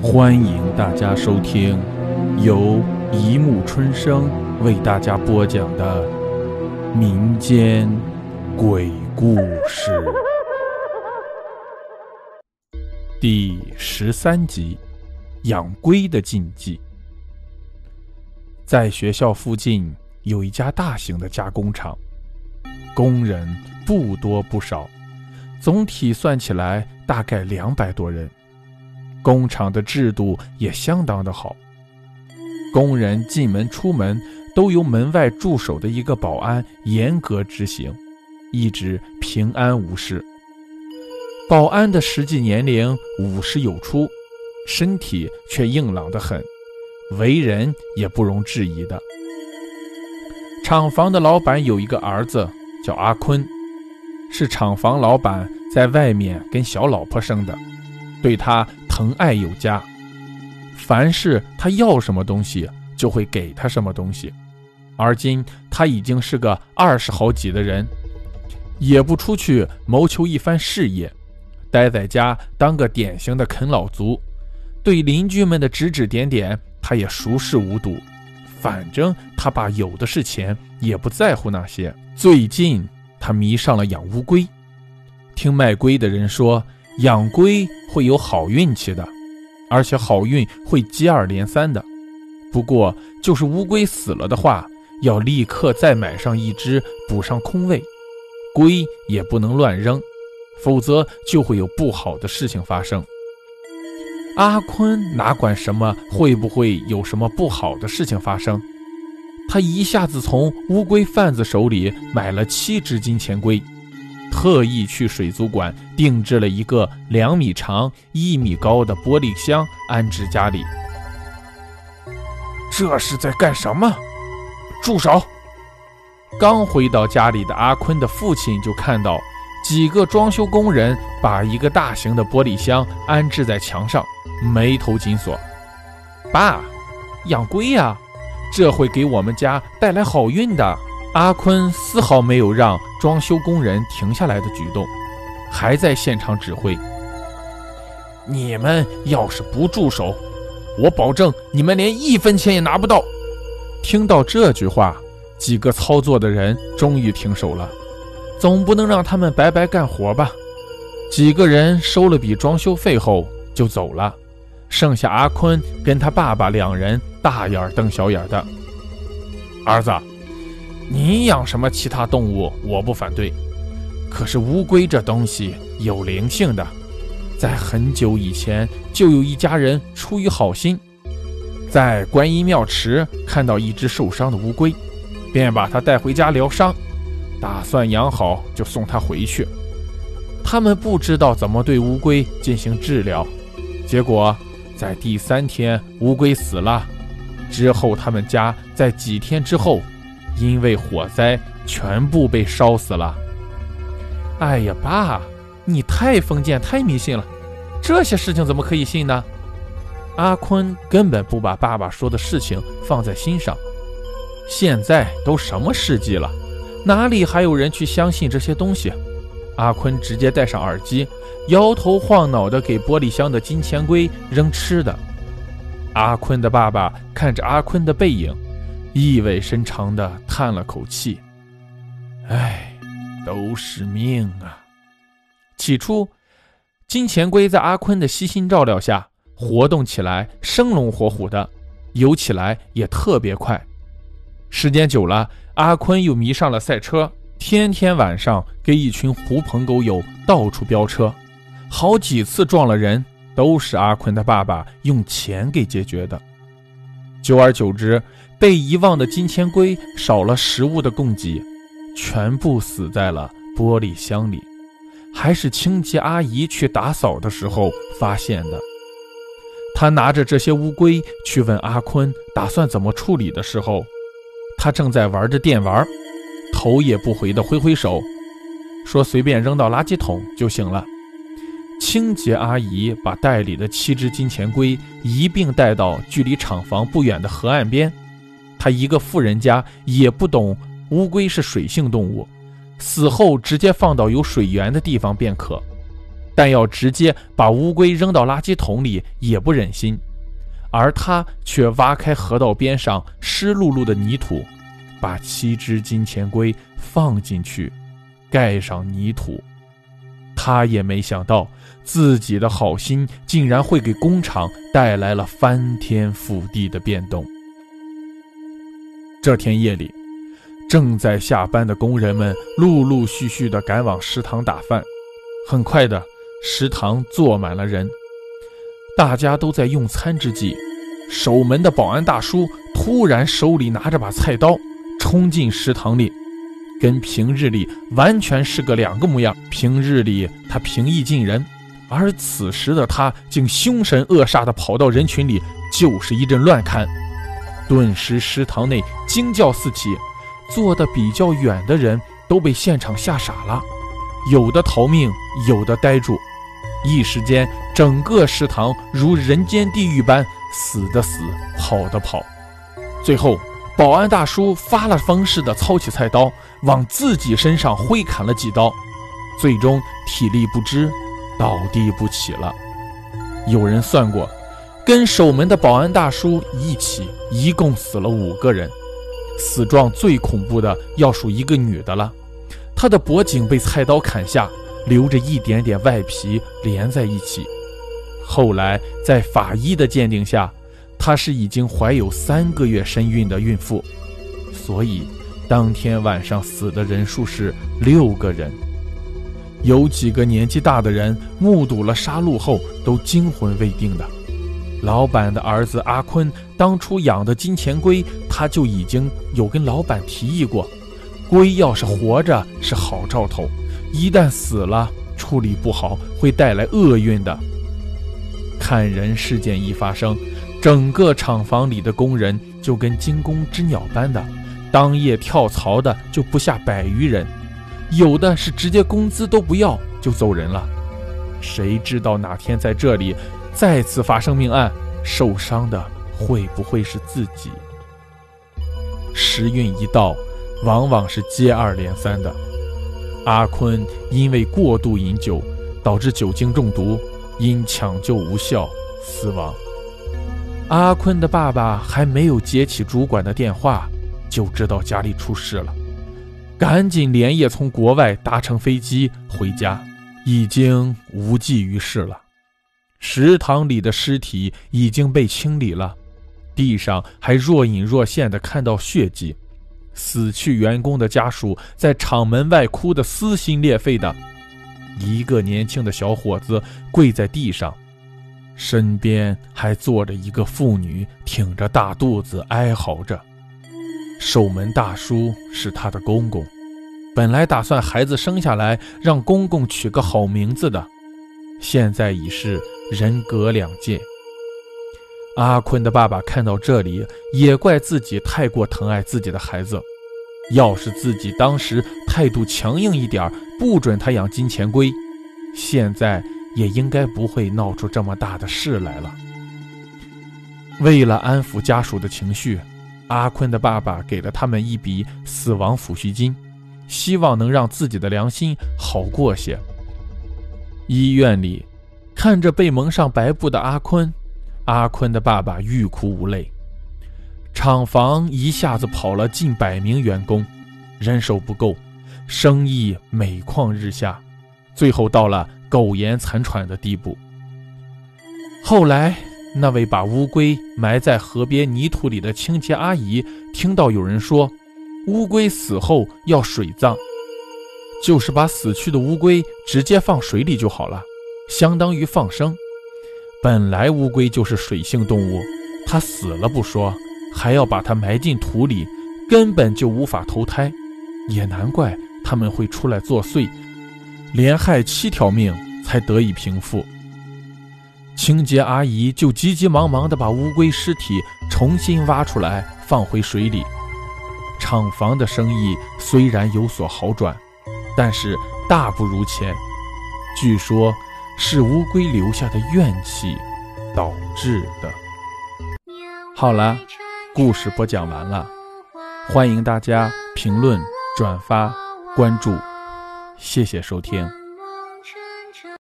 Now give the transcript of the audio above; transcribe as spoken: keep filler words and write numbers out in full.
欢迎大家收听由一木春生为大家播讲的民间鬼故事第十三集，养龟的禁忌。在学校附近有一家大型的加工厂，工人不多不少，总体算起来大概两百多人。工厂的制度也相当的好，工人进门出门都由门外驻守的一个保安严格执行，一直平安无事。保安的实际年龄五十有出，身体却硬朗得很，为人也不容置疑的。厂房的老板有一个儿子叫阿坤，是厂房老板在外面跟小老婆生的，对他疼爱有加，凡是他要什么东西就会给他什么东西。而今他已经是个二十好几的人，也不出去谋求一番事业，待在家当个典型的啃老族，对邻居们的指指点点他也熟视无睹，反正他爸有的是钱，也不在乎那些。最近他迷上了养乌龟，听卖龟的人说养龟会有好运气的，而且好运会接二连三的。不过就是乌龟死了的话，要立刻再买上一只补上空位，龟也不能乱扔，否则就会有不好的事情发生。阿坤哪管什么会不会有什么不好的事情发生，他一下子从乌龟贩子手里买了七只金钱龟，特意去水族馆定制了一个两米长一米高的玻璃箱安置家里。这是在干什么？住手！刚回到家里的阿坤的父亲就看到几个装修工人把一个大型的玻璃箱安置在墙上，眉头紧锁。爸，养龟呀，这会给我们家带来好运的。阿坤丝毫没有让装修工人停下来的举动，还在现场指挥。你们要是不住手，我保证你们连一分钱也拿不到。听到这句话，几个操作的人终于停手了，总不能让他们白白干活吧。几个人收了笔装修费后就走了，剩下阿坤跟他爸爸两人大眼瞪小眼的。儿子，你养什么其他动物我不反对，可是乌龟这东西有灵性的，在很久以前就有一家人出于好心，在观音庙池看到一只受伤的乌龟，便把它带回家疗伤，打算养好就送它回去。他们不知道怎么对乌龟进行治疗，结果在第三天乌龟死了，之后他们家在几天之后因为火灾全部被烧死了。哎呀爸，你太封建太迷信了，这些事情怎么可以信呢？阿坤根本不把爸爸说的事情放在心上，现在都什么世纪了，哪里还有人去相信这些东西？阿坤直接戴上耳机，摇头晃脑地给玻璃箱的金钱龟扔吃的。阿坤的爸爸看着阿坤的背影，意味深长地叹了口气，唉，都是命啊。起初金钱龟在阿坤的悉心照料下活动起来生龙活虎的，游起来也特别快。时间久了，阿坤又迷上了赛车，天天晚上给一群狐朋狗友到处飙车，好几次撞了人，都是阿坤的爸爸用钱给解决的。久而久之，被遗忘的金钱龟少了食物的供给，全部死在了玻璃箱里，还是清洁阿姨去打扫的时候发现的。他拿着这些乌龟去问阿坤打算怎么处理的时候，他正在玩着电玩，头也不回地挥挥手，说随便扔到垃圾桶就行了。清洁阿姨把袋里的七只金钱龟一并带到距离厂房不远的河岸边，他一个富人家也不懂乌龟是水性动物，死后直接放到有水源的地方便可。 但要直接把乌龟扔到垃圾桶里也不忍心，而他却挖开河道边上湿漉漉的泥土，把七只金钱龟放进去，盖上泥土。他也没想到自己的好心竟然会给工厂带来了翻天覆地的变动。这天夜里，正在下班的工人们陆陆续续地赶往食堂打饭。很快的，食堂坐满了人，大家都在用餐之际，守门的保安大叔突然手里拿着把菜刀冲进食堂里，跟平日里完全是个两个模样。平日里他平易近人，而此时的他竟凶神恶煞地跑到人群里，就是一阵乱砍。顿时食堂内惊叫四起，坐得比较远的人都被现场吓傻了，有的逃命，有的呆住。一时间整个食堂如人间地狱般，死的死，跑的跑。最后保安大叔发了疯似的操起菜刀，往自己身上挥砍了几刀，最终体力不支，倒地不起了。有人算过，跟守门的保安大叔一起一共死了五个人，死状最恐怖的要数一个女的了，她的脖颈被菜刀砍下，留着一点点外皮连在一起。后来在法医的鉴定下，她是已经怀有三个月身孕的孕妇，所以当天晚上死的人数是六个人。有几个年纪大的人目睹了杀戮后都惊魂未定的。老板的儿子阿坤当初养的金钱龟，他就已经有跟老板提议过，龟要是活着是好兆头，一旦死了处理不好会带来厄运的。看人事件一发生，整个厂房里的工人就跟惊弓之鸟般的，当夜跳槽的就不下百余人，有的是直接工资都不要就走人了。谁知道哪天在这里再次发生命案，受伤的会不会是自己？时运一到，往往是接二连三的。阿坤因为过度饮酒，导致酒精中毒，因抢救无效死亡。阿坤的爸爸还没有接起主管的电话，就知道家里出事了，赶紧连夜从国外搭乘飞机回家，已经无济于事了。食堂里的尸体已经被清理了，地上还若隐若现地看到血迹。死去员工的家属在厂门外哭得撕心裂肺的，一个年轻的小伙子跪在地上，身边还坐着一个妇女，挺着大肚子哀嚎着。守门大叔是他的公公，本来打算孩子生下来让公公取个好名字的，现在已是人隔两界。阿坤的爸爸看到这里，也怪自己太过疼爱自己的孩子，要是自己当时态度强硬一点，不准他养金钱龟，现在也应该不会闹出这么大的事来了。为了安抚家属的情绪，阿坤的爸爸给了他们一笔死亡抚恤金，希望能让自己的良心好过些。医院里看着被蒙上白布的阿坤，阿坤的爸爸欲哭无泪。厂房一下子跑了近百名员工，人手不够，生意每况日下，最后到了苟延残喘的地步。后来那位把乌龟埋在河边泥土里的清洁阿姨听到有人说乌龟死后要水葬，就是把死去的乌龟直接放水里就好了，相当于放生。本来乌龟就是水性动物，它死了不说，还要把它埋进土里，根本就无法投胎，也难怪他们会出来作祟，连害七条命才得以平复。清洁阿姨就急急忙忙地把乌龟尸体重新挖出来放回水里。厂房的生意虽然有所好转，但是大不如前，据说是乌龟留下的怨气导致的。好了，故事播讲完了，欢迎大家评论、转发、关注，谢谢收听。